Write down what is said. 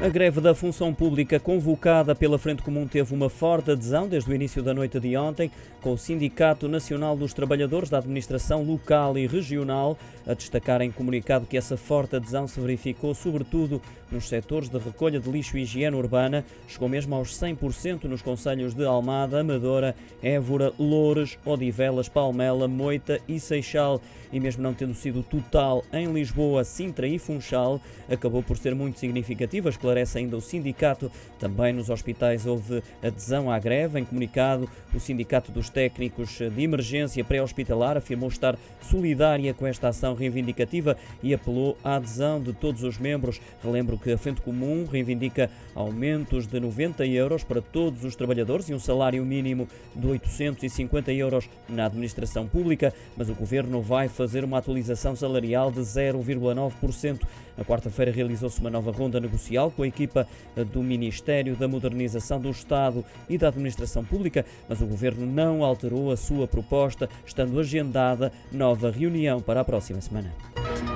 A greve da função pública convocada pela Frente Comum teve uma forte adesão desde o início da noite de ontem, com o Sindicato Nacional dos Trabalhadores da Administração Local e Regional a destacar em comunicado que essa forte adesão se verificou sobretudo nos setores de recolha de lixo e higiene urbana, chegou mesmo aos 100% nos concelhos de Almada, Amadora, Évora, Loures, Odivelas, Palmela, Moita e Seixal. E mesmo não tendo sido total em Lisboa, Sintra e Funchal, acabou por ser muito significativa, esclarece ainda o sindicato. Também nos hospitais houve adesão à greve. Em comunicado, o Sindicato dos Técnicos de Emergência Pré-Hospitalar afirmou estar solidária com esta ação reivindicativa e apelou à adesão de todos os membros. Relembro que a Frente Comum reivindica aumentos de 90 euros para todos os trabalhadores e um salário mínimo de 850 euros na administração pública, mas o Governo vai fazer uma atualização salarial de 0,9%. Na quarta-feira realizou-se uma nova ronda negocial com a equipa do Ministério da Modernização do Estado e da Administração Pública, mas o Governo não alterou a sua proposta, estando agendada nova reunião para a próxima semana.